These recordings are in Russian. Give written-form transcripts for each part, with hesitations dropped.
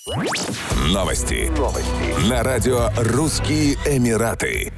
Новости. На радио «Русские Эмираты».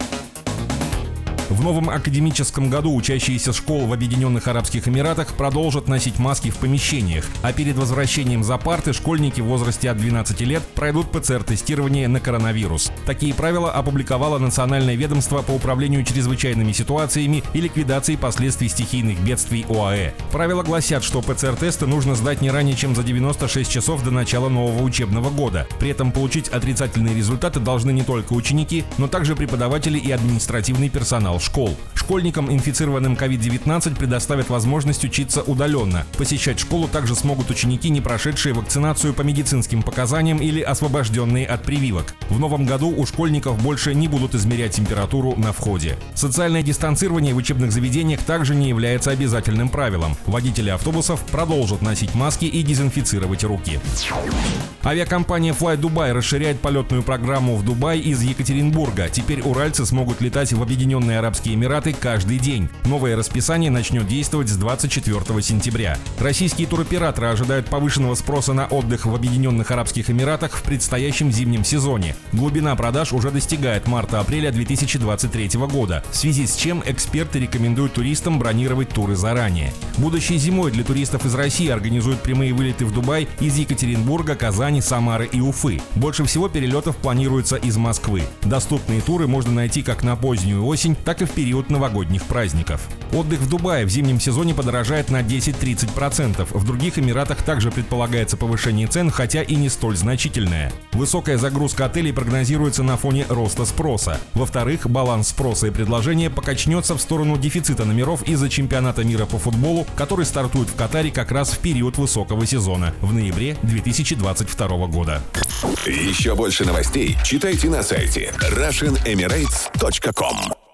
В новом академическом году учащиеся школ в Объединенных Арабских Эмиратах продолжат носить маски в помещениях, а перед возвращением за парты школьники в возрасте от 12 лет пройдут ПЦР-тестирование на коронавирус. Такие правила опубликовало Национальное ведомство по управлению чрезвычайными ситуациями и ликвидации последствий стихийных бедствий ОАЭ. Правила гласят, что ПЦР-тесты нужно сдать не ранее, чем за 96 часов до начала нового учебного года. При этом получить отрицательные результаты должны не только ученики, но также преподаватели и административный персонал школ. Школьникам, инфицированным COVID-19, предоставят возможность учиться удаленно. Посещать школу также смогут ученики, не прошедшие вакцинацию по медицинским показаниям или освобожденные от прививок. В новом году у школьников больше не будут измерять температуру на входе. Социальное дистанцирование в учебных заведениях также не является обязательным правилом. Водители автобусов продолжат носить маски и дезинфицировать руки. Авиакомпания Fly Dubai расширяет полетную программу в Дубай из Екатеринбурга. Теперь уральцы смогут летать в Объединенные Арабские Эмираты каждый день. Новое расписание начнет действовать с 24 сентября. Российские туроператоры ожидают повышенного спроса на отдых в Объединенных Арабских Эмиратах в предстоящем зимнем сезоне. Глубина продаж уже достигает марта-апреля 2023 года, в связи с чем эксперты рекомендуют туристам бронировать туры заранее. Будущей зимой для туристов из России организуют прямые вылеты в Дубай из Екатеринбурга, Казани, Самары и Уфы. Больше всего перелетов планируется из Москвы. Доступные туры можно найти как на позднюю осень, так и в период новогодних праздников. Отдых в Дубае в зимнем сезоне подорожает на 10-30%. В других Эмиратах также предполагается повышение цен, хотя и не столь значительное. Высокая загрузка отелей прогнозируется на фоне роста спроса. Во-вторых, баланс спроса и предложения покачнется в сторону дефицита номеров из-за чемпионата мира по футболу, который стартует в Катаре как раз в период высокого сезона в ноябре 2022 года. Еще больше новостей читайте на сайте RussianEmirates.com.